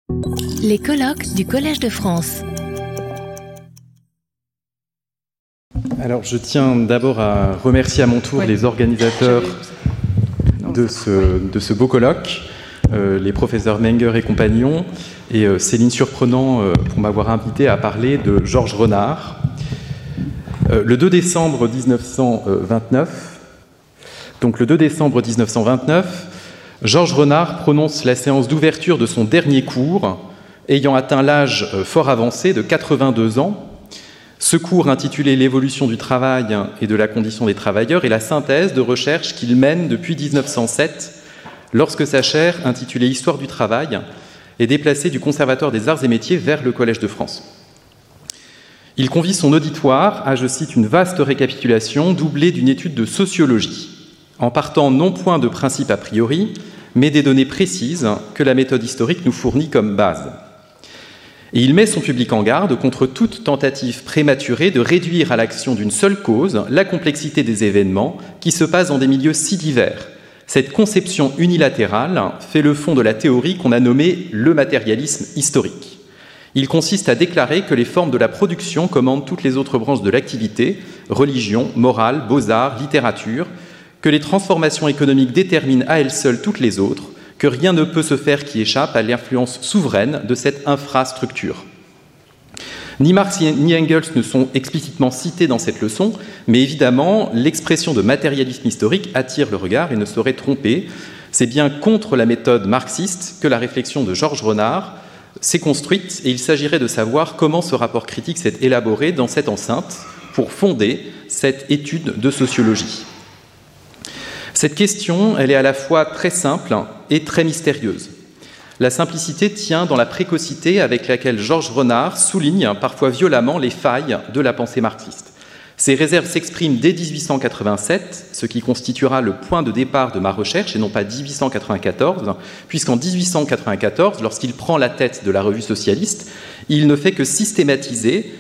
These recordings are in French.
Les colloques du Collège de France. Alors, je tiens d'abord à remercier à mon tour les organisateurs de ce beau colloque, les professeurs Menger et compagnons, et Céline Surprenant pour m'avoir invité à parler de Georges Renard. Le 2 décembre 1929, Georges Renard prononce la séance d'ouverture de son dernier cours, ayant atteint l'âge fort avancé de 82 ans. Ce cours, intitulé « L'évolution du travail et de la condition des travailleurs », est la synthèse de recherches qu'il mène depuis 1907, lorsque sa chaire, intitulée « Histoire du travail », est déplacée du Conservatoire des Arts et Métiers vers le Collège de France. Il convie son auditoire à, je cite, une vaste récapitulation doublée d'une étude de sociologie, en partant non point de principes a priori, mais des données précises que la méthode historique nous fournit comme base. Et il met son public en garde contre toute tentative prématurée de réduire à l'action d'une seule cause la complexité des événements qui se passent dans des milieux si divers. Cette conception unilatérale fait le fond de la théorie qu'on a nommée le matérialisme historique. Il consiste à déclarer que les formes de la production commandent toutes les autres branches de l'activité, religion, morale, beaux-arts, littérature, que les transformations économiques déterminent à elles seules toutes les autres, que rien ne peut se faire qui échappe à l'influence souveraine de cette infrastructure. Ni Marx ni Engels ne sont explicitement cités dans cette leçon, mais évidemment, l'expression de matérialisme historique attire le regard et ne saurait tromper. C'est bien contre la méthode marxiste que la réflexion de Georges Renard s'est construite, et il s'agirait de savoir comment ce rapport critique s'est élaboré dans cette enceinte pour fonder cette étude de sociologie. Cette question, elle est à la fois très simple et très mystérieuse. La simplicité tient dans la précocité avec laquelle Georges Renard souligne parfois violemment les failles de la pensée marxiste. Ces réserves s'expriment dès 1887, ce qui constituera le point de départ de ma recherche, et non pas 1894, puisqu'en 1894, lorsqu'il prend la tête de la revue socialiste, il ne fait que systématiser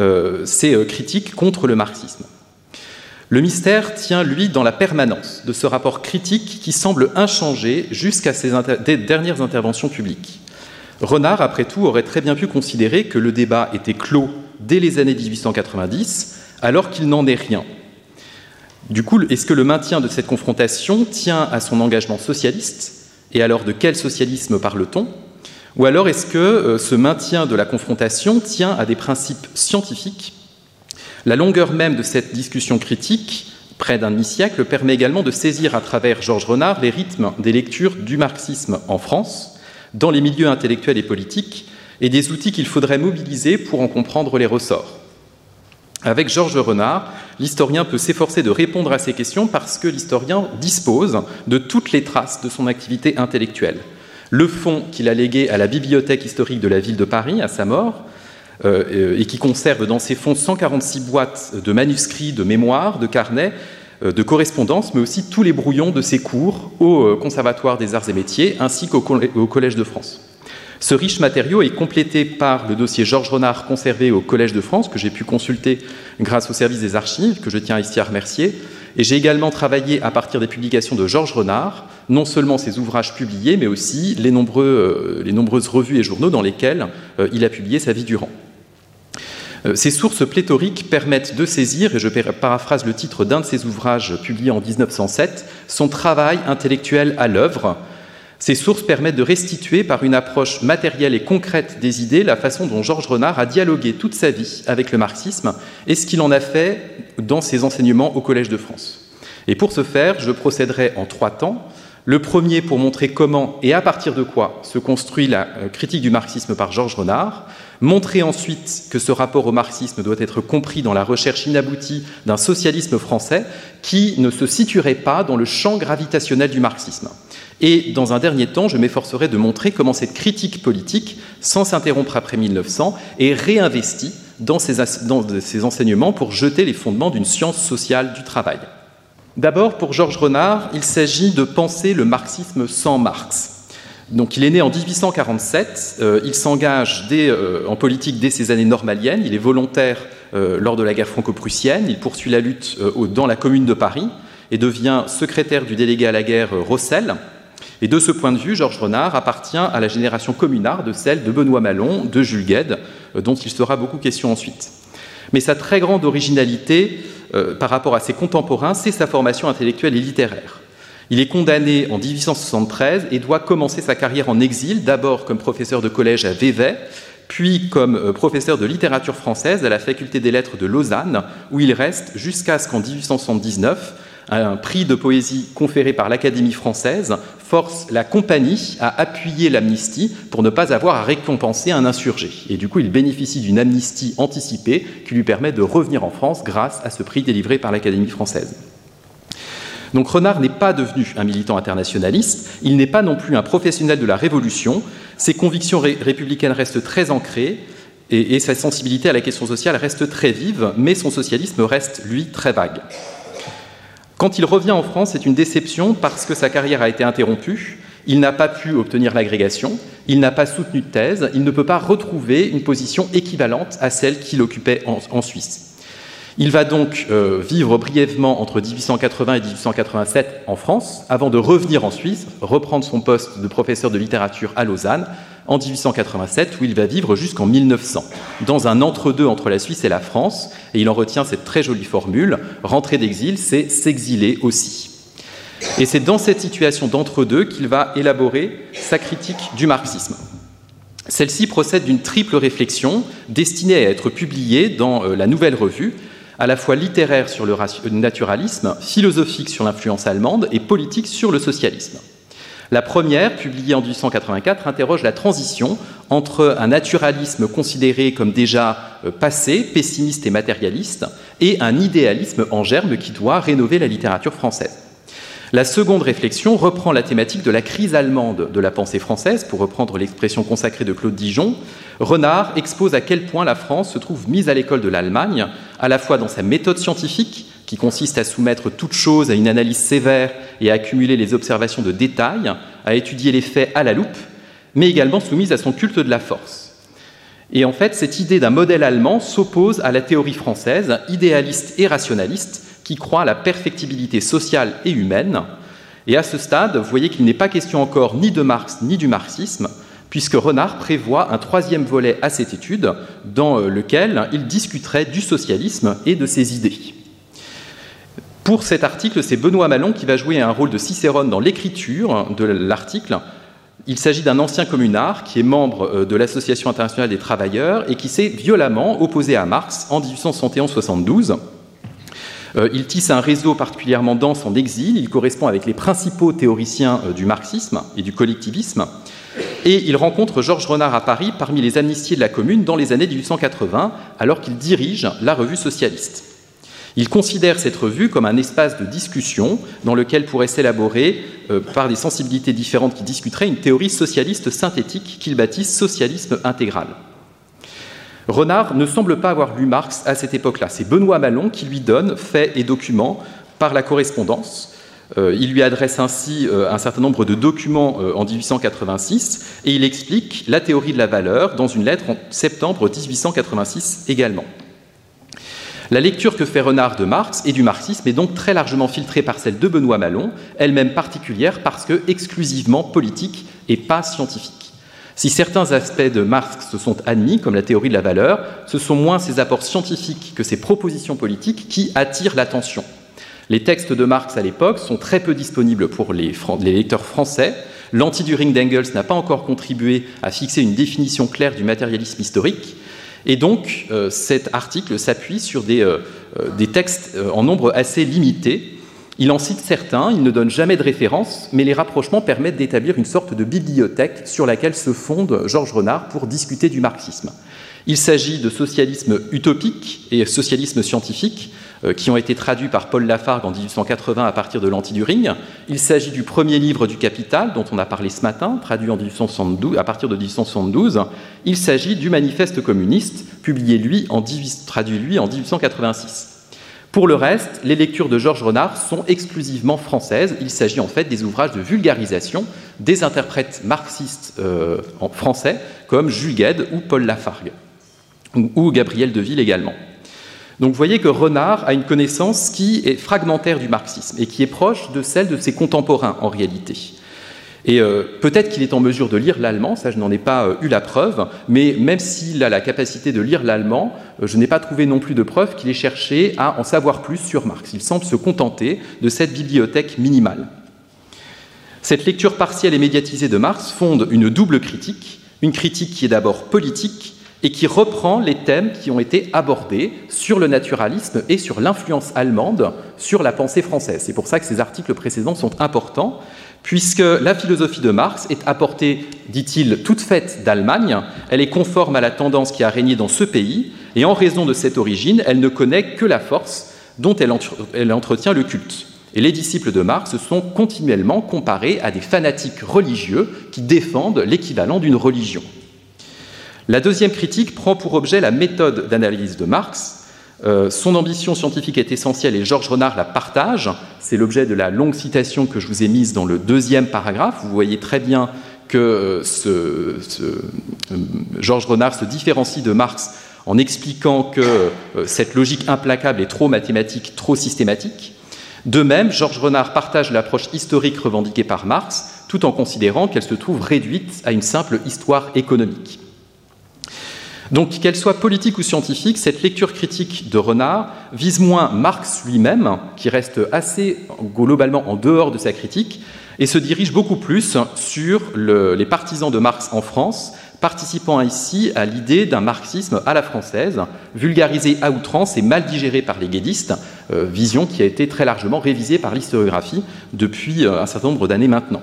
ses critiques contre le marxisme. Le mystère tient, lui, dans la permanence de ce rapport critique qui semble inchangé jusqu'à ses dernières interventions publiques. Renard, après tout, aurait très bien pu considérer que le débat était clos dès les années 1890, alors qu'il n'en est rien. Du coup, est-ce que le maintien de cette confrontation tient à son engagement socialiste? Et alors, de quel socialisme parle-t-on? Ou alors, est-ce que ce maintien de la confrontation tient à des principes scientifiques? La longueur même de cette discussion critique, près d'un demi-siècle, permet également de saisir à travers Georges Renard les rythmes des lectures du marxisme en France, dans les milieux intellectuels et politiques, et des outils qu'il faudrait mobiliser pour en comprendre les ressorts. Avec Georges Renard, l'historien peut s'efforcer de répondre à ces questions parce que l'historien dispose de toutes les traces de son activité intellectuelle. Le fonds qu'il a légué à la Bibliothèque historique de la ville de Paris à sa mort, et qui conserve dans ses fonds 146 boîtes de manuscrits, de mémoires, de carnets, de correspondances, mais aussi tous les brouillons de ses cours au Conservatoire des Arts et Métiers, ainsi qu'au Collège de France. Ce riche matériau est complété par le dossier Georges Renard conservé au Collège de France, que j'ai pu consulter grâce au service des archives, que je tiens ici à remercier. Et j'ai également travaillé à partir des publications de Georges Renard, non seulement ses ouvrages publiés, mais aussi les nombreuses revues et journaux dans lesquels il a publié sa vie durant. Ces sources pléthoriques permettent de saisir, et je paraphrase le titre d'un de ses ouvrages publiés en 1907, son travail intellectuel à l'œuvre. Ces sources permettent de restituer par une approche matérielle et concrète des idées la façon dont Georges Renard a dialogué toute sa vie avec le marxisme et ce qu'il en a fait dans ses enseignements au Collège de France. Et pour ce faire, je procéderai en 3 temps. Le premier pour montrer comment et à partir de quoi se construit la critique du marxisme par Georges Renard, montrer ensuite que ce rapport au marxisme doit être compris dans la recherche inaboutie d'un socialisme français qui ne se situerait pas dans le champ gravitationnel du marxisme. Et dans un dernier temps, je m'efforcerai de montrer comment cette critique politique, sans s'interrompre après 1900, est réinvestie dans ses enseignements pour jeter les fondements d'une science sociale du travail. D'abord, pour Georges Renard, il s'agit de penser le marxisme sans Marx. Donc, il est né en 1847, il s'engage en politique dès ses années normaliennes, il est volontaire lors de la guerre franco-prussienne, il poursuit la lutte dans la Commune de Paris et devient secrétaire du délégué à la guerre Rossel. Et de ce point de vue, Georges Renard appartient à la génération communarde, celle de Benoît Malon, de Jules Guesde, dont il sera beaucoup question ensuite. Mais sa très grande originalité par rapport à ses contemporains, c'est sa formation intellectuelle et littéraire. Il est condamné en 1873 et doit commencer sa carrière en exil, d'abord comme professeur de collège à Vevey, puis comme professeur de littérature française à la faculté des lettres de Lausanne, où il reste jusqu'à ce qu'en 1879, un prix de poésie conféré par l'Académie française force la compagnie à appuyer l'amnistie pour ne pas avoir à récompenser un insurgé. Et du coup, il bénéficie d'une amnistie anticipée qui lui permet de revenir en France grâce à ce prix délivré par l'Académie française. Donc Renard n'est pas devenu un militant internationaliste, il n'est pas non plus un professionnel de la Révolution, ses convictions républicaines restent très ancrées et sa sensibilité à la question sociale reste très vive, mais son socialisme reste, lui, très vague. Quand il revient en France, c'est une déception parce que sa carrière a été interrompue, il n'a pas pu obtenir l'agrégation, il n'a pas soutenu de thèse, il ne peut pas retrouver une position équivalente à celle qu'il occupait en Suisse. Il va donc vivre brièvement entre 1880 et 1887 en France, avant de revenir en Suisse, reprendre son poste de professeur de littérature à Lausanne, en 1887, où il va vivre jusqu'en 1900, dans un entre-deux entre la Suisse et la France, et il en retient cette très jolie formule, rentrer d'exil, c'est s'exiler aussi. Et c'est dans cette situation d'entre-deux qu'il va élaborer sa critique du marxisme. Celle-ci procède d'une triple réflexion destinée à être publiée dans la Nouvelle Revue, à la fois littéraire sur le naturalisme, philosophique sur l'influence allemande et politique sur le socialisme. La première, publiée en 1884, interroge la transition entre un naturalisme considéré comme déjà passé, pessimiste et matérialiste, et un idéalisme en germe qui doit rénover la littérature française. La seconde réflexion reprend la thématique de la crise allemande de la pensée française, pour reprendre l'expression consacrée de Claude Dijon. Renard expose à quel point la France se trouve mise à l'école de l'Allemagne, à la fois dans sa méthode scientifique, qui consiste à soumettre toute chose à une analyse sévère et à accumuler les observations de détail, à étudier les faits à la loupe, mais également soumise à son culte de la force. Et en fait, cette idée d'un modèle allemand s'oppose à la théorie française, idéaliste et rationaliste, qui croit à la perfectibilité sociale et humaine. Et à ce stade, vous voyez qu'il n'est pas question encore ni de Marx ni du marxisme, puisque Renard prévoit un troisième volet à cette étude, dans lequel il discuterait du socialisme et de ses idées. Pour cet article, c'est Benoît Malon qui va jouer un rôle de Cicérone dans l'écriture de l'article. Il s'agit d'un ancien communard qui est membre de l'Association internationale des travailleurs et qui s'est violemment opposé à Marx en 1871-72. Il tisse un réseau particulièrement dense en exil, il correspond avec les principaux théoriciens du marxisme et du collectivisme, et il rencontre Georges Renard à Paris parmi les amnistiés de la Commune dans les années 1880, alors qu'il dirige la Revue socialiste. Il considère cette revue comme un espace de discussion dans lequel pourrait s'élaborer, par des sensibilités différentes qui discuteraient, une théorie socialiste synthétique qu'il baptise socialisme intégral. Renard ne semble pas avoir lu Marx à cette époque-là. C'est Benoît Malon qui lui donne faits et documents par la correspondance. Il lui adresse ainsi un certain nombre de documents en 1886 et il explique la théorie de la valeur dans une lettre en septembre 1886 également. La lecture que fait Renard de Marx et du marxisme est donc très largement filtrée par celle de Benoît Malon, elle-même particulière parce que exclusivement politique et pas scientifique. Si certains aspects de Marx se sont admis, comme la théorie de la valeur, ce sont moins ses apports scientifiques que ses propositions politiques qui attirent l'attention. Les textes de Marx à l'époque sont très peu disponibles pour les lecteurs français. L'Anti-Düring d'Engels n'a pas encore contribué à fixer une définition claire du matérialisme historique. Et donc, cet article s'appuie sur des textes en nombre assez limité. Il en cite certains, il ne donne jamais de référence, mais les rapprochements permettent d'établir une sorte de bibliothèque sur laquelle se fonde Georges Renard pour discuter du marxisme. Il s'agit de socialisme utopique et socialisme scientifique, qui ont été traduits par Paul Lafargue en 1880 à partir de l'Anti-Düring. Il s'agit du premier livre du Capital, dont on a parlé ce matin, traduit en 1872, à partir de 1872. Il s'agit du Manifeste communiste, traduit en 1886. Pour le reste, les lectures de Georges Renard sont exclusivement françaises. Il s'agit en fait des ouvrages de vulgarisation des interprètes marxistes en français, comme Jules Guesde ou Paul Lafargue, ou Gabriel Deville également. Donc vous voyez que Renard a une connaissance qui est fragmentaire du marxisme et qui est proche de celle de ses contemporains en réalité. Et peut-être qu'il est en mesure de lire l'allemand, ça je n'en ai pas eu la preuve, mais même s'il a la capacité de lire l'allemand, je n'ai pas trouvé non plus de preuve qu'il ait cherché à en savoir plus sur Marx. Il semble se contenter de cette bibliothèque minimale. Cette lecture partielle et médiatisée de Marx fonde une double critique, une critique qui est d'abord politique et qui reprend les thèmes qui ont été abordés sur le naturalisme et sur l'influence allemande sur la pensée française. C'est pour ça que ces articles précédents sont importants, puisque la philosophie de Marx est apportée, dit-il, toute faite d'Allemagne, elle est conforme à la tendance qui a régné dans ce pays, et en raison de cette origine, elle ne connaît que la force dont elle entretient le culte. Et les disciples de Marx sont continuellement comparés à des fanatiques religieux qui défendent l'équivalent d'une religion. La deuxième critique prend pour objet la méthode d'analyse de Marx. Son ambition scientifique est essentielle et Georges Renard la partage. C'est l'objet de la longue citation que je vous ai mise dans le deuxième paragraphe. Vous voyez très bien que Georges Renard se différencie de Marx en expliquant que cette logique implacable est trop mathématique, trop systématique. De même, Georges Renard partage l'approche historique revendiquée par Marx, tout en considérant qu'elle se trouve réduite à une simple histoire économique. Donc, qu'elle soit politique ou scientifique, cette lecture critique de Renard vise moins Marx lui-même, qui reste assez globalement en dehors de sa critique, et se dirige beaucoup plus sur les partisans de Marx en France, participant ici à l'idée d'un marxisme à la française, vulgarisé à outrance et mal digéré par les guédistes, vision qui a été très largement révisée par l'historiographie depuis un certain nombre d'années maintenant.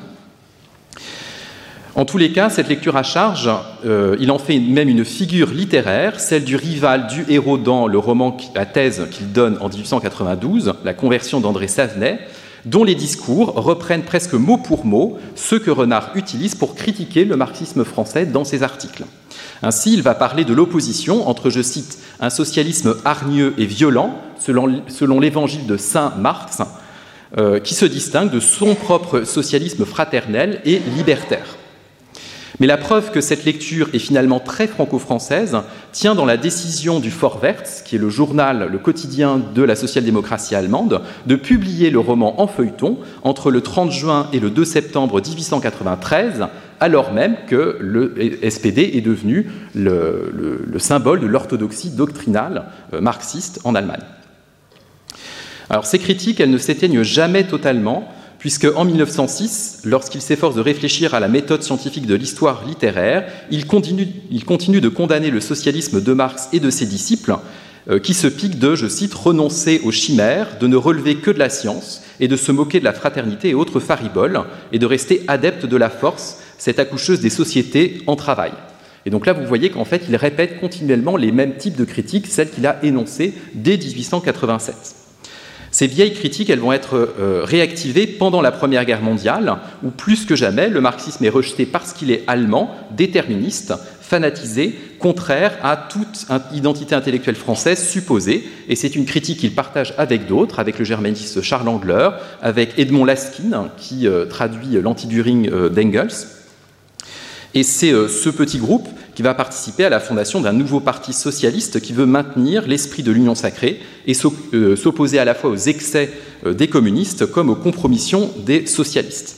En tous les cas, cette lecture à charge, il en fait même une figure littéraire, celle du rival du héros dans le roman à thèse qu'il donne en 1892, La conversion d'André Savenay, dont les discours reprennent presque mot pour mot ce que Renard utilise pour critiquer le marxisme français dans ses articles. Ainsi, il va parler de l'opposition entre, je cite, un socialisme hargneux et violent, selon l'évangile de saint Marx, qui se distingue de son propre socialisme fraternel et libertaire. Mais la preuve que cette lecture est finalement très franco-française tient dans la décision du Vorwärts, qui est le journal, le quotidien de la social-démocratie allemande, de publier le roman en feuilleton entre le 30 juin et le 2 septembre 1893, alors même que le SPD est devenu le symbole de l'orthodoxie doctrinale marxiste en Allemagne. Alors ces critiques, elles ne s'éteignent jamais totalement, puisque en 1906, lorsqu'il s'efforce de réfléchir à la méthode scientifique de l'histoire littéraire, il continue de condamner le socialisme de Marx et de ses disciples, qui se piquent de, je cite, « renoncer aux chimères, de ne relever que de la science et de se moquer de la fraternité et autres fariboles, et de rester adepte de la force, cette accoucheuse des sociétés en travail ». Et donc là, vous voyez qu'en fait, il répète continuellement les mêmes types de critiques, celles qu'il a énoncées dès 1887. Ces vieilles critiques, elles vont être réactivées pendant la Première Guerre mondiale, où plus que jamais, le marxisme est rejeté parce qu'il est allemand, déterministe, fanatisé, contraire à toute identité intellectuelle française supposée. Et c'est une critique qu'il partage avec d'autres, avec le germaniste Charles Engler, avec Edmond Laskin, qui traduit l'anti-Düring d'Engels. Et c'est ce petit groupe qui va participer à la fondation d'un nouveau parti socialiste qui veut maintenir l'esprit de l'union sacrée et s'opposer à la fois aux excès des communistes comme aux compromissions des socialistes.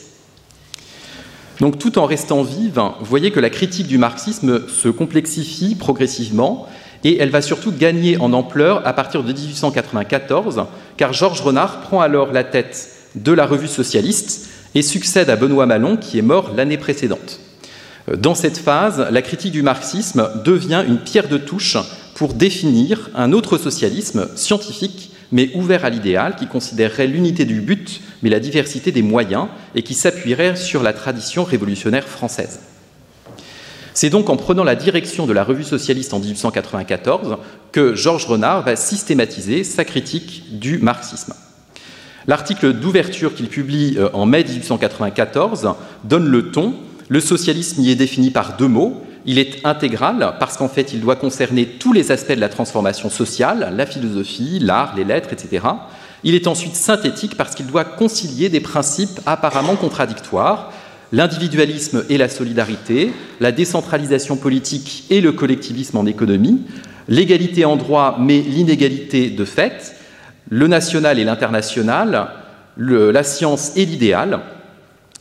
Donc tout en restant vive, vous voyez que la critique du marxisme se complexifie progressivement et elle va surtout gagner en ampleur à partir de 1894, car Georges Renard prend alors la tête de la revue socialiste et succède à Benoît Malon qui est mort l'année précédente. Dans cette phase, la critique du marxisme devient une pierre de touche pour définir un autre socialisme scientifique, mais ouvert à l'idéal, qui considérerait l'unité du but, mais la diversité des moyens, et qui s'appuierait sur la tradition révolutionnaire française. C'est donc en prenant la direction de la revue socialiste en 1894 que Georges Renard va systématiser sa critique du marxisme. L'article d'ouverture qu'il publie en mai 1894 donne le ton. Le socialisme y est défini par deux mots. Il est intégral parce qu'en fait, il doit concerner tous les aspects de la transformation sociale, la philosophie, l'art, les lettres, etc. Il est ensuite synthétique parce qu'il doit concilier des principes apparemment contradictoires, l'individualisme et la solidarité, la décentralisation politique et le collectivisme en économie, l'égalité en droit mais l'inégalité de fait, le national et l'international, la science et l'idéal.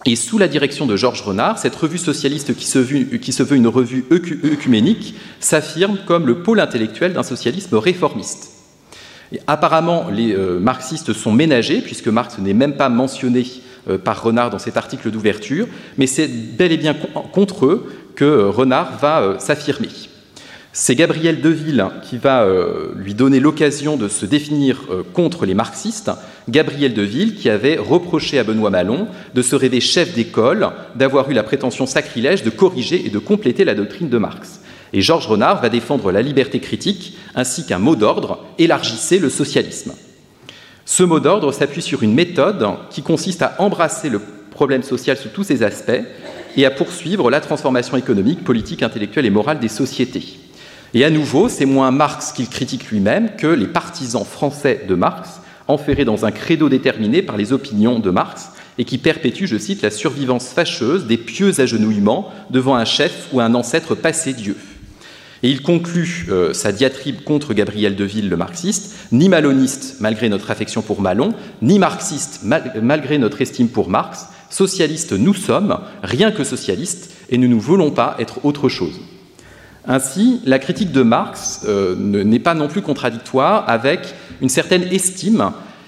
Et sous la direction de Georges Renard, cette revue socialiste qui se veut une revue œcuménique s'affirme comme le pôle intellectuel d'un socialisme réformiste. Et apparemment, les marxistes sont ménagés, puisque Marx n'est même pas mentionné par Renard dans cet article d'ouverture, mais c'est bel et bien contre eux que Renard va s'affirmer. C'est Gabriel Deville qui va lui donner l'occasion de se définir contre les marxistes. Gabriel Deville qui avait reproché à Benoît Malon de se rêver chef d'école, d'avoir eu la prétention sacrilège de corriger et de compléter la doctrine de Marx. Et Georges Renard va défendre la liberté critique ainsi qu'un mot d'ordre, élargissez le socialisme. Ce mot d'ordre s'appuie sur une méthode qui consiste à embrasser le problème social sous tous ses aspects et à poursuivre la transformation économique, politique, intellectuelle et morale des sociétés. Et à nouveau, c'est moins Marx qu'il critique lui-même que les partisans français de Marx, enferrés dans un credo déterminé par les opinions de Marx et qui perpétuent, je cite, la survivance fâcheuse des pieux agenouillements devant un chef ou un ancêtre passé Dieu. Et il conclut sa diatribe contre Gabriel Deville, le marxiste, ni maloniste malgré notre affection pour Malon, ni marxiste malgré notre estime pour Marx, socialistes nous sommes, rien que socialistes, et nous ne voulons pas être autre chose. Ainsi, la critique de Marx n'est pas non plus contradictoire avec une certaine estime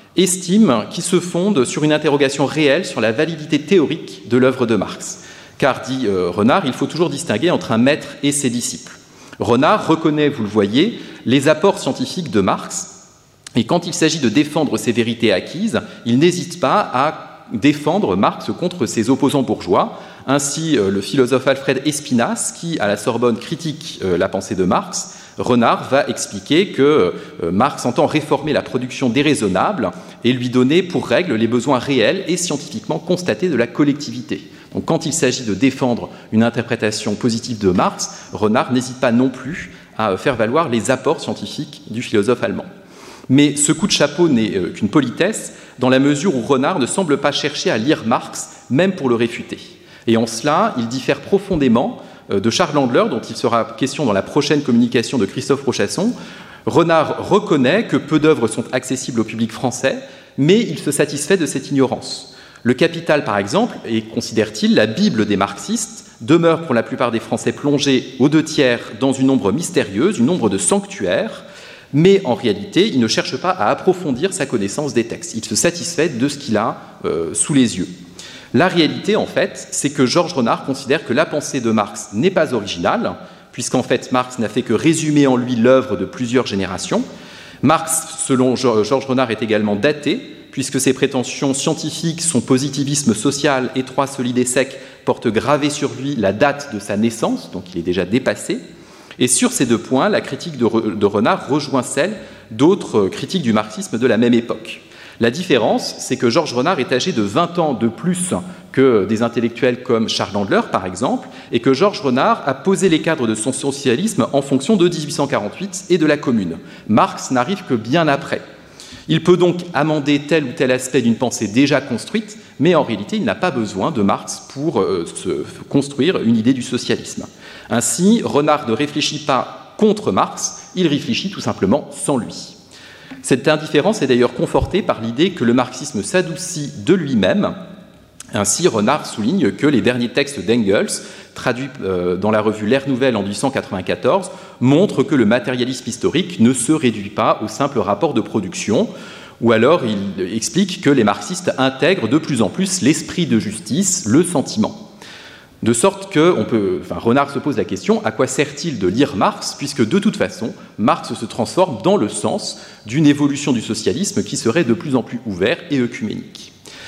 qui se fonde sur une interrogation réelle sur la validité théorique de l'œuvre de Marx. Car, dit Renard, il faut toujours distinguer entre un maître et ses disciples. Renard reconnaît, vous le voyez, les apports scientifiques de Marx, et quand il s'agit de défendre ses vérités acquises, il n'hésite pas à défendre Marx contre ses opposants bourgeois. Ainsi, le philosophe Alfred Espinasse, qui, à la Sorbonne, critique la pensée de Marx, Renard va expliquer que Marx entend réformer la production déraisonnable et lui donner pour règle les besoins réels et scientifiquement constatés de la collectivité. Donc, quand il s'agit de défendre une interprétation positive de Marx, Renard n'hésite pas non plus à faire valoir les apports scientifiques du philosophe allemand. Mais ce coup de chapeau n'est qu'une politesse, dans la mesure où Renard ne semble pas chercher à lire Marx, même pour le réfuter. Et en cela, il diffère profondément de Charles Landler, dont il sera question dans la prochaine communication de Christophe Rochasson. Renard reconnaît que peu d'œuvres sont accessibles au public français, mais il se satisfait de cette ignorance. Le Capital, par exemple, et considère-t-il la Bible des marxistes, demeure pour la plupart des Français plongés aux 2/3 dans une ombre mystérieuse, une ombre de sanctuaire, mais en réalité, il ne cherche pas à approfondir sa connaissance des textes. Il se satisfait de ce qu'il a sous les yeux. La réalité, en fait, c'est que Georges Renard considère que la pensée de Marx n'est pas originale, puisqu'en fait, Marx n'a fait que résumer en lui l'œuvre de plusieurs générations. Marx, selon Georges Renard, est également daté, puisque ses prétentions scientifiques, son positivisme social, étroit, solide et sec, portent gravé sur lui la date de sa naissance, donc il est déjà dépassé. Et sur ces deux points, la critique de Renard rejoint celle d'autres critiques du marxisme de la même époque. La différence, c'est que Georges Renard est âgé de 20 ans de plus que des intellectuels comme Charles Landler, par exemple, et que Georges Renard a posé les cadres de son socialisme en fonction de 1848 et de la Commune. Marx n'arrive que bien après. Il peut donc amender tel ou tel aspect d'une pensée déjà construite, mais en réalité, il n'a pas besoin de Marx pour se construire une idée du socialisme. Ainsi, Renard ne réfléchit pas contre Marx, il réfléchit tout simplement sans lui. Cette indifférence est d'ailleurs confortée par l'idée que le marxisme s'adoucit de lui-même. Ainsi, Renard souligne que les derniers textes d'Engels, traduits dans la revue L'Ère Nouvelle en 1894, montrent que le matérialisme historique ne se réduit pas au simple rapport de production, ou alors il explique que les marxistes intègrent de plus en plus l'esprit de justice, le sentiment. De sorte que Renard se pose la question, à quoi sert-il de lire Marx, puisque de toute façon, Marx se transforme dans le sens d'une évolution du socialisme qui serait de plus en plus ouvert et œcuménique.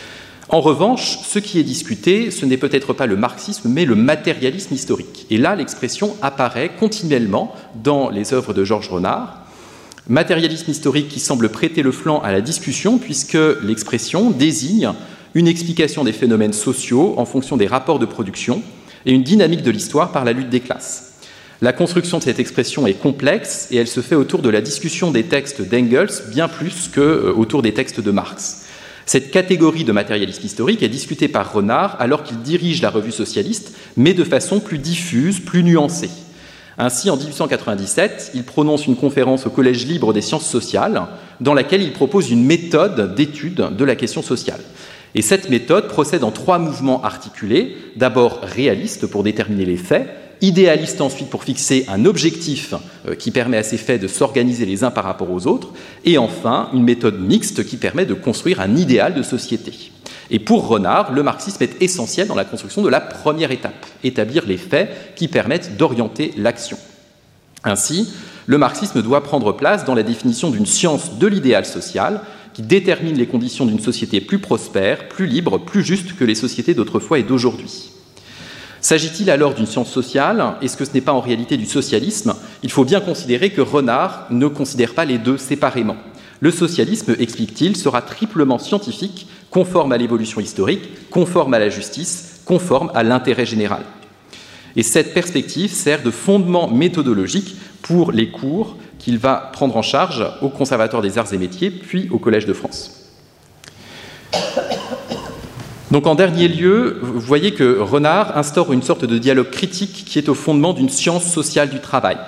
En revanche, ce qui est discuté, ce n'est peut-être pas le marxisme, mais le matérialisme historique. Et là, l'expression apparaît continuellement dans les œuvres de Georges Renard. Matérialisme historique qui semble prêter le flanc à la discussion, puisque l'expression désigne une explication des phénomènes sociaux en fonction des rapports de production et une dynamique de l'histoire par la lutte des classes. La construction de cette expression est complexe et elle se fait autour de la discussion des textes d'Engels bien plus qu'autour des textes de Marx. Cette catégorie de matérialisme historique est discutée par Renard alors qu'il dirige la revue socialiste, mais de façon plus diffuse, plus nuancée. Ainsi, en 1897, il prononce une conférence au Collège libre des sciences sociales dans laquelle il propose une méthode d'étude de la question sociale. Et cette méthode procède en 3 mouvements articulés, d'abord réaliste pour déterminer les faits, idéaliste ensuite pour fixer un objectif qui permet à ces faits de s'organiser les uns par rapport aux autres, et enfin une méthode mixte qui permet de construire un idéal de société. Et pour Renard, le marxisme est essentiel dans la construction de la première étape, établir les faits qui permettent d'orienter l'action. Ainsi, le marxisme doit prendre place dans la définition d'une science de l'idéal social qui détermine les conditions d'une société plus prospère, plus libre, plus juste que les sociétés d'autrefois et d'aujourd'hui. S'agit-il alors d'une science sociale? Est-ce que ce n'est pas en réalité du socialisme? Il faut bien considérer que Renard ne considère pas les deux séparément. Le socialisme, explique-t-il, sera triplement scientifique, conforme à l'évolution historique, conforme à la justice, conforme à l'intérêt général. Et cette perspective sert de fondement méthodologique pour les cours qu'il va prendre en charge au Conservatoire des Arts et Métiers, puis au Collège de France. Donc en dernier lieu, vous voyez que Renard instaure une sorte de dialogue critique qui est au fondement d'une science sociale du travail.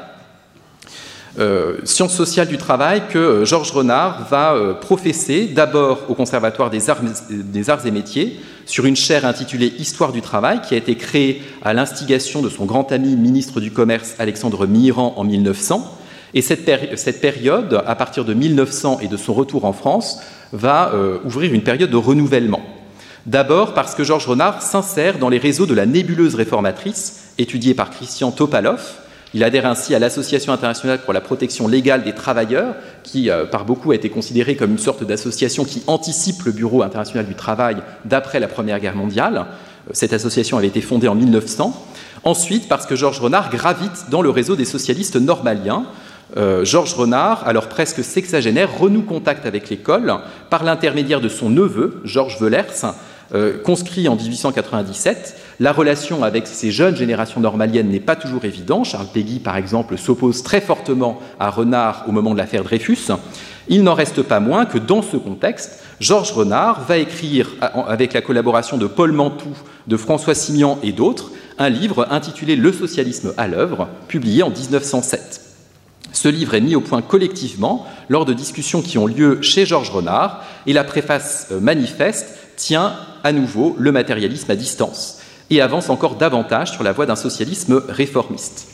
Science sociale du travail que Georges Renard va professer d'abord au Conservatoire des Arts et Métiers sur une chaire intitulée « Histoire du travail » qui a été créée à l'instigation de son grand ami ministre du Commerce Alexandre Mirand en 1900. Et cette période, à partir de 1900 et de son retour en France, va ouvrir une période de renouvellement. D'abord parce que Georges Renard s'insère dans les réseaux de la nébuleuse réformatrice, étudiée par Christian Topalov. Il adhère ainsi à l'Association internationale pour la protection légale des travailleurs, qui par beaucoup a été considérée comme une sorte d'association qui anticipe le Bureau international du travail d'après la Première Guerre mondiale. Cette association avait été fondée en 1900. Ensuite, parce que Georges Renard gravite dans le réseau des socialistes normaliens. Georges Renard, alors presque sexagénaire, renoue contact avec l'école par l'intermédiaire de son neveu, Georges Wellers, conscrit en 1897. La relation avec ces jeunes générations normaliennes n'est pas toujours évidente. Charles Péguy, par exemple, s'oppose très fortement à Renard au moment de l'affaire Dreyfus. Il n'en reste pas moins que dans ce contexte, Georges Renard va écrire, avec la collaboration de Paul Mantoux, de François Simian et d'autres, un livre intitulé « Le socialisme à l'œuvre », publié en 1907. Ce livre est mis au point collectivement lors de discussions qui ont lieu chez Georges Renard, et la préface manifeste tient à nouveau le matérialisme à distance et avance encore davantage sur la voie d'un socialisme réformiste.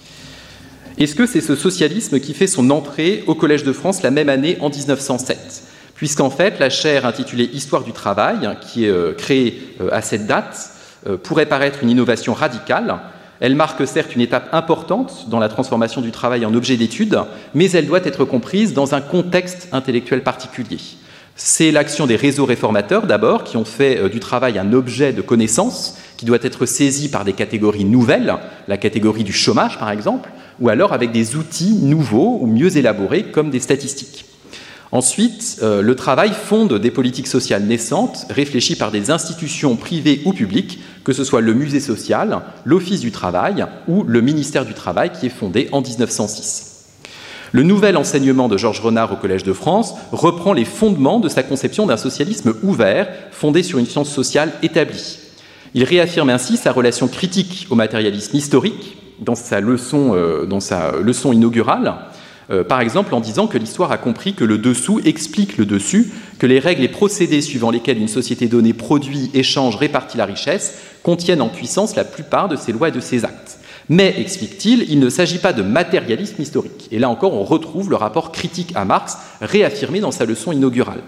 Est-ce que c'est ce socialisme qui fait son entrée au Collège de France la même année en 1907 ? Puisqu'en fait, la chaire intitulée « Histoire du travail », qui est créée à cette date, pourrait paraître une innovation radicale. Elle marque certes une étape importante dans la transformation du travail en objet d'étude, mais elle doit être comprise dans un contexte intellectuel particulier. C'est l'action des réseaux réformateurs, d'abord, qui ont fait du travail un objet de connaissance, qui doit être saisi par des catégories nouvelles, la catégorie du chômage, par exemple, ou alors avec des outils nouveaux ou mieux élaborés, comme des statistiques. Ensuite, le travail fonde des politiques sociales naissantes, réfléchies par des institutions privées ou publiques, que ce soit le musée social, l'Office du travail ou le ministère du Travail, qui est fondé en 1906. Le nouvel enseignement de Georges Renard au Collège de France reprend les fondements de sa conception d'un socialisme ouvert, fondé sur une science sociale établie. Il réaffirme ainsi sa relation critique au matérialisme historique dans sa leçon inaugurale, par exemple en disant que l'histoire a compris que le dessous explique le dessus, que les règles et procédés suivant lesquels une société donnée produit, échange, répartit la richesse contiennent en puissance la plupart de ses lois et de ses actes. Mais, explique-t-il, il ne s'agit pas de matérialisme historique. Et là encore, on retrouve le rapport critique à Marx, réaffirmé dans sa leçon inaugurale.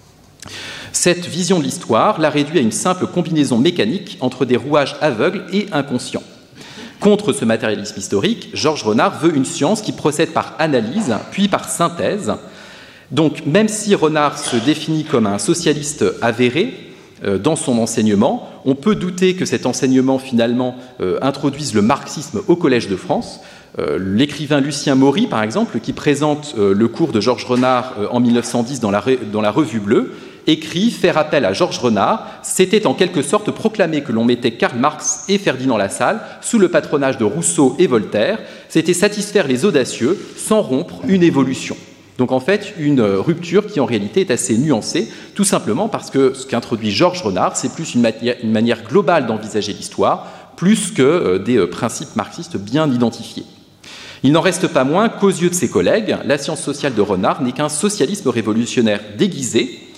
Cette vision de l'histoire l'a réduit à une simple combinaison mécanique entre des rouages aveugles et inconscients. Contre ce matérialisme historique, Georges Renard veut une science qui procède par analyse, puis par synthèse. Donc, même si Renard se définit comme un socialiste avéré dans son enseignement, on peut douter que cet enseignement, finalement, introduise le marxisme au Collège de France. L'écrivain Lucien Maury, par exemple, qui présente le cours de Georges Renard en 1910 dans la Revue Bleue, écrit « Faire appel à Georges Renard, c'était en quelque sorte proclamer que l'on mettait Karl Marx et Ferdinand Lassalle sous le patronage de Rousseau et Voltaire, c'était satisfaire les audacieux sans rompre une évolution ». Donc en fait, une rupture qui en réalité est assez nuancée, tout simplement parce que ce qu'introduit Georges Renard, c'est plus une manière globale d'envisager l'histoire, plus que des principes marxistes bien identifiés. Il n'en reste pas moins qu'aux yeux de ses collègues, la science sociale de Renard n'est qu'un socialisme révolutionnaire déguisé,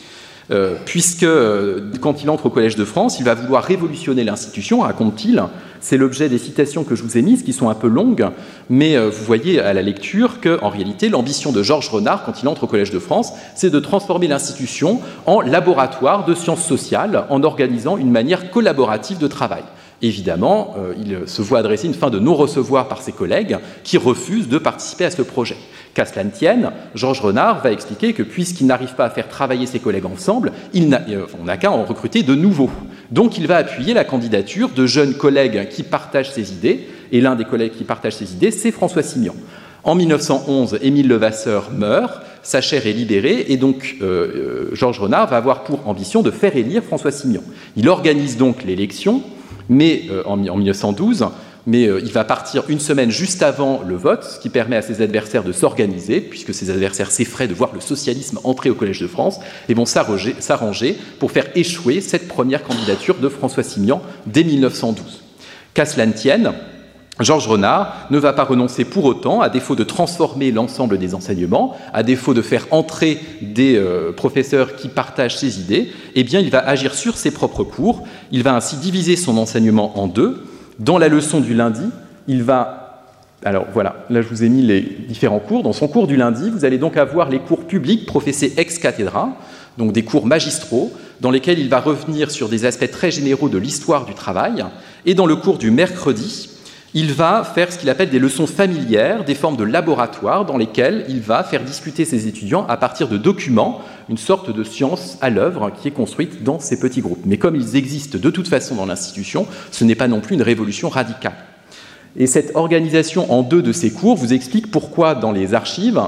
puisque quand il entre au Collège de France, il va vouloir révolutionner l'institution, raconte-t-il. C'est l'objet des citations que je vous ai mises, qui sont un peu longues, mais vous voyez à la lecture qu'en réalité, l'ambition de Georges Renard, quand il entre au Collège de France, c'est de transformer l'institution en laboratoire de sciences sociales, en organisant une manière collaborative de travail. Évidemment, il se voit adresser une fin de non-recevoir par ses collègues qui refusent de participer à ce projet. Qu'à cela ne tienne, Georges Renard va expliquer que puisqu'il n'arrive pas à faire travailler ses collègues ensemble, on n'a qu'à en recruter de nouveaux. Donc il va appuyer la candidature de jeunes collègues qui partagent ses idées, et l'un des collègues qui partagent ses idées, c'est François Simian. En 1911, Émile Levasseur meurt, sa chair est libérée, et donc Georges Renard va avoir pour ambition de faire élire François Simian. Il organise donc l'élection, mais en 1912, mais il va partir une semaine juste avant le vote, ce qui permet à ses adversaires de s'organiser, puisque ses adversaires s'effraient de voir le socialisme entrer au Collège de France, et vont s'arranger pour faire échouer cette première candidature de François Simian dès 1912. Qu'à cela ne tienne, Georges Renard ne va pas renoncer pour autant, à défaut de transformer l'ensemble des enseignements, à défaut de faire entrer des professeurs qui partagent ses idées, eh bien il va agir sur ses propres cours. Il va ainsi diviser son enseignement en deux. Dans la leçon du lundi, il va... Alors voilà, là je vous ai mis les différents cours. Dans son cours du lundi, vous allez donc avoir les cours publics professés ex cathedra, donc des cours magistraux, dans lesquels il va revenir sur des aspects très généraux de l'histoire du travail. Et dans le cours du mercredi, il va faire ce qu'il appelle des leçons familières, des formes de laboratoire dans lesquelles il va faire discuter ses étudiants à partir de documents, une sorte de science à l'œuvre qui est construite dans ces petits groupes. Mais comme ils existent de toute façon dans l'institution, ce n'est pas non plus une révolution radicale. Et cette organisation en deux de ces cours vous explique pourquoi dans les archives,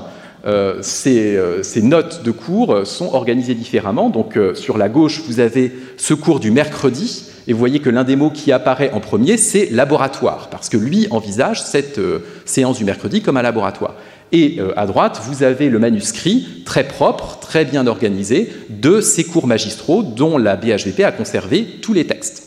ces notes de cours sont organisées différemment. Donc sur la gauche, vous avez ce cours du mercredi, et vous voyez que l'un des mots qui apparaît en premier, c'est laboratoire, parce que lui envisage cette séance du mercredi comme un laboratoire. Et à droite, vous avez le manuscrit très propre, très bien organisé, de ces cours magistraux dont la BHVP a conservé tous les textes.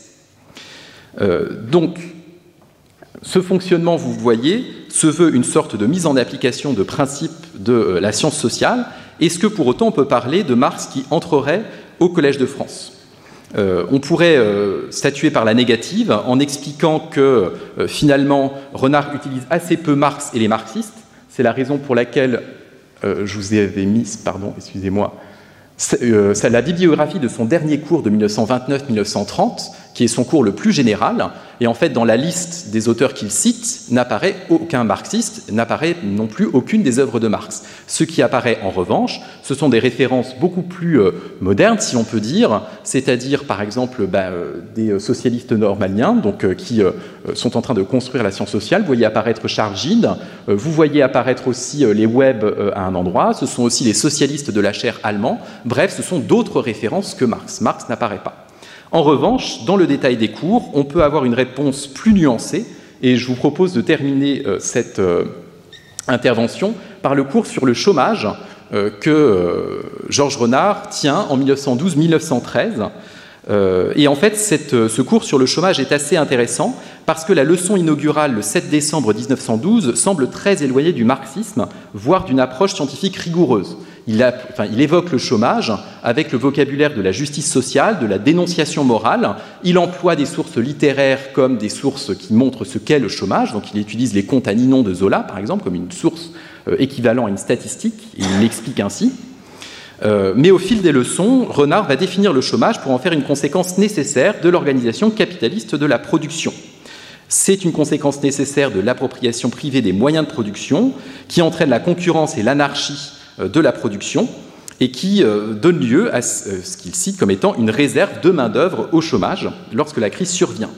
Donc, ce fonctionnement, vous voyez, se veut une sorte de mise en application de principes de la science sociale. Est-ce que pour autant on peut parler de Marx qui entrerait au Collège de France ? On pourrait statuer par la négative en expliquant que finalement Renard utilise assez peu Marx et les marxistes. C'est la raison pour laquelle je vous avais mis, la bibliographie de son dernier cours de 1929-1930, qui est son cours le plus général, et en fait dans la liste des auteurs qu'il cite n'apparaît aucun marxiste, n'apparaît non plus aucune des œuvres de Marx. Ce qui apparaît en revanche, ce sont des références beaucoup plus modernes, si l'on peut dire, c'est-à-dire par exemple des socialistes normaliens, donc qui sont en train de construire la science sociale. Vous voyez apparaître Charles Gide, vous voyez apparaître aussi les Webb à un endroit, ce sont aussi les socialistes de la chaire allemand. Bref, ce sont d'autres références que Marx. Marx n'apparaît pas. En revanche, dans le détail des cours, on peut avoir une réponse plus nuancée, et je vous propose de terminer cette intervention par le cours sur le chômage que Georges Renard tient en 1912-1913. Et en fait, ce cours sur le chômage est assez intéressant parce que la leçon inaugurale, le 7 décembre 1912, semble très éloignée du marxisme, voire d'une approche scientifique rigoureuse. Il évoque le chômage avec le vocabulaire de la justice sociale, de la dénonciation morale. Il emploie des sources littéraires comme des sources qui montrent ce qu'est le chômage. Donc il utilise les contes à Ninon de Zola, par exemple, comme une source équivalent à une statistique. Et il l'explique ainsi. Mais au fil des leçons, Renard va définir le chômage pour en faire une conséquence nécessaire de l'organisation capitaliste de la production. C'est une conséquence nécessaire de l'appropriation privée des moyens de production qui entraîne la concurrence et l'anarchie de la production et qui donne lieu à ce qu'il cite comme étant une réserve de main-d'œuvre au chômage lorsque la crise survient.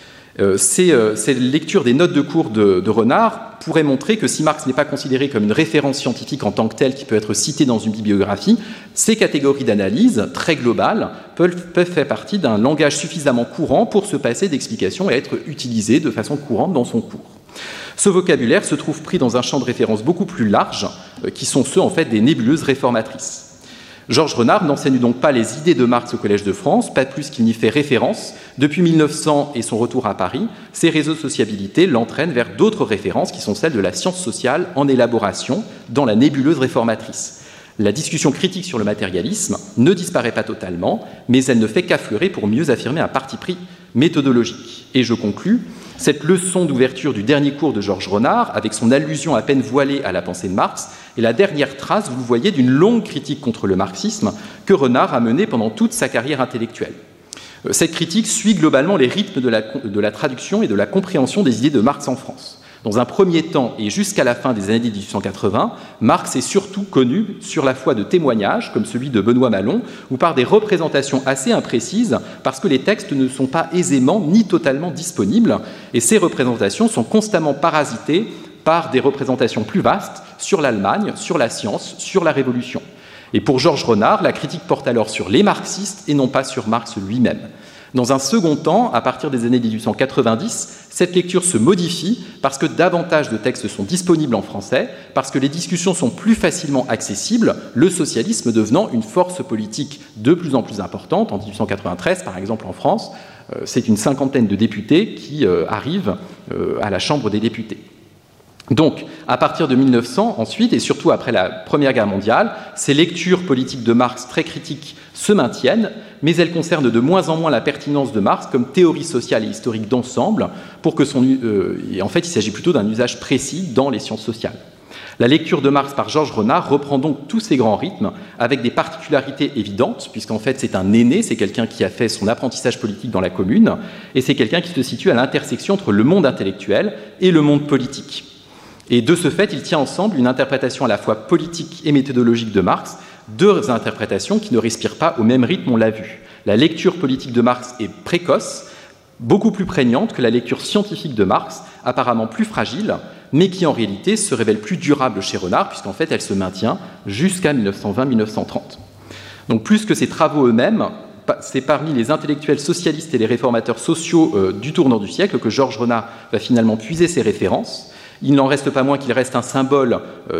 Ces lectures des notes de cours de Renard pourraient montrer que si Marx n'est pas considéré comme une référence scientifique en tant que telle qui peut être citée dans une bibliographie, ces catégories d'analyse très globales peuvent faire partie d'un langage suffisamment courant pour se passer d'explications et être utilisées de façon courante dans son cours. Ce vocabulaire se trouve pris dans un champ de référence beaucoup plus large, qui sont ceux en fait des nébuleuses réformatrices. Georges Renard n'enseigne donc pas les idées de Marx au Collège de France, pas plus qu'il n'y fait référence. Depuis 1900 et son retour à Paris, ses réseaux de sociabilité l'entraînent vers d'autres références qui sont celles de la science sociale en élaboration dans la nébuleuse réformatrice. La discussion critique sur le matérialisme ne disparaît pas totalement, mais elle ne fait qu'affleurer pour mieux affirmer un parti pris méthodologique. Et je conclus, cette leçon d'ouverture du dernier cours de Georges Renard, avec son allusion à peine voilée à la pensée de Marx, est la dernière trace, vous le voyez, d'une longue critique contre le marxisme que Renard a menée pendant toute sa carrière intellectuelle. Cette critique suit globalement les rythmes de la traduction et de la compréhension des idées de Marx en France. Dans un premier temps et jusqu'à la fin des années 1880, Marx est surtout connu sur la foi de témoignages, comme celui de Benoît Malon, ou par des représentations assez imprécises, parce que les textes ne sont pas aisément ni totalement disponibles, et ces représentations sont constamment parasitées par des représentations plus vastes sur l'Allemagne, sur la science, sur la Révolution. Et pour Georges Renard, la critique porte alors sur les marxistes et non pas sur Marx lui-même. Dans un second temps, à partir des années 1890, cette lecture se modifie parce que davantage de textes sont disponibles en français, parce que les discussions sont plus facilement accessibles, le socialisme devenant une force politique de plus en plus importante. En 1893, par exemple, en France, c'est une cinquantaine de députés qui arrivent à la Chambre des députés. Donc, à partir de 1900, ensuite, et surtout après la Première Guerre mondiale, ces lectures politiques de Marx très critiques se maintiennent, mais elles concernent de moins en moins la pertinence de Marx comme théorie sociale et historique d'ensemble, pour que et en fait, il s'agit plutôt d'un usage précis dans les sciences sociales. La lecture de Marx par Georges Renard reprend donc tous ces grands rythmes, avec des particularités évidentes, puisqu'en fait c'est un aîné, c'est quelqu'un qui a fait son apprentissage politique dans la Commune, et c'est quelqu'un qui se situe à l'intersection entre le monde intellectuel et le monde politique. Et de ce fait, il tient ensemble une interprétation à la fois politique et méthodologique de Marx, deux interprétations qui ne respirent pas au même rythme, on l'a vu. La lecture politique de Marx est précoce, beaucoup plus prégnante que la lecture scientifique de Marx, apparemment plus fragile, mais qui en réalité se révèle plus durable chez Renard, puisqu'en fait elle se maintient jusqu'à 1920-1930. Donc plus que ses travaux eux-mêmes, c'est parmi les intellectuels socialistes et les réformateurs sociaux du tournant du siècle que Georges Renard va finalement puiser ses références. Il n'en reste pas moins qu'il reste un symbole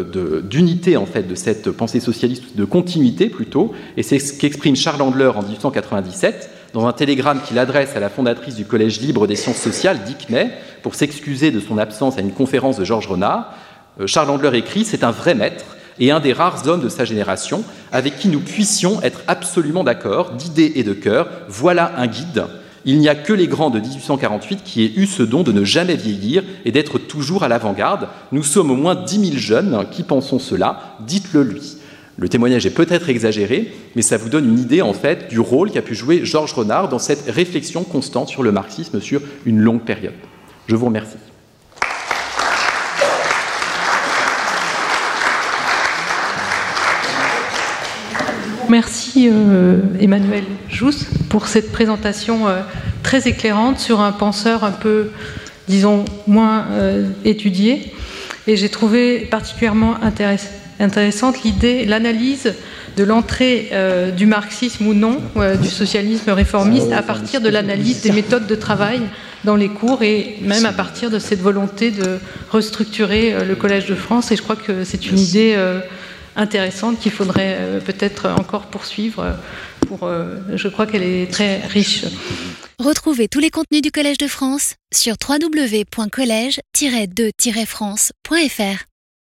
d'unité en fait, de cette pensée socialiste, de continuité plutôt, et c'est ce qu'exprime Charles Andler en 1897 dans un télégramme qu'il adresse à la fondatrice du Collège libre des sciences sociales, Dick May, pour s'excuser de son absence à une conférence de Georges Renard. Charles Andler écrit « C'est un vrai maître et un des rares hommes de sa génération avec qui nous puissions être absolument d'accord, d'idées et de cœur. Voilà un guide. Il n'y a que les grands de 1848 qui aient eu ce don de ne jamais vieillir et d'être toujours à l'avant-garde. Nous sommes au moins 10 000 jeunes qui pensons cela. Dites-le lui. » Le témoignage est peut-être exagéré, mais ça vous donne une idée en fait du rôle qu'a pu jouer Georges Renard dans cette réflexion constante sur le marxisme sur une longue période. Je vous remercie. Merci Emmanuel Jousse pour cette présentation très éclairante sur un penseur un peu, disons, moins étudié. Et j'ai trouvé particulièrement intéressante l'analyse de l'entrée du marxisme ou non, du socialisme réformiste, à partir de l'analyse des méthodes de travail dans les cours et même à partir de cette volonté de restructurer le Collège de France. Et je crois que c'est une idée intéressante qu'il faudrait peut-être encore poursuivre. Je crois qu'elle est très riche. Retrouvez tous les contenus du Collège de France sur www.collège-2-france.fr.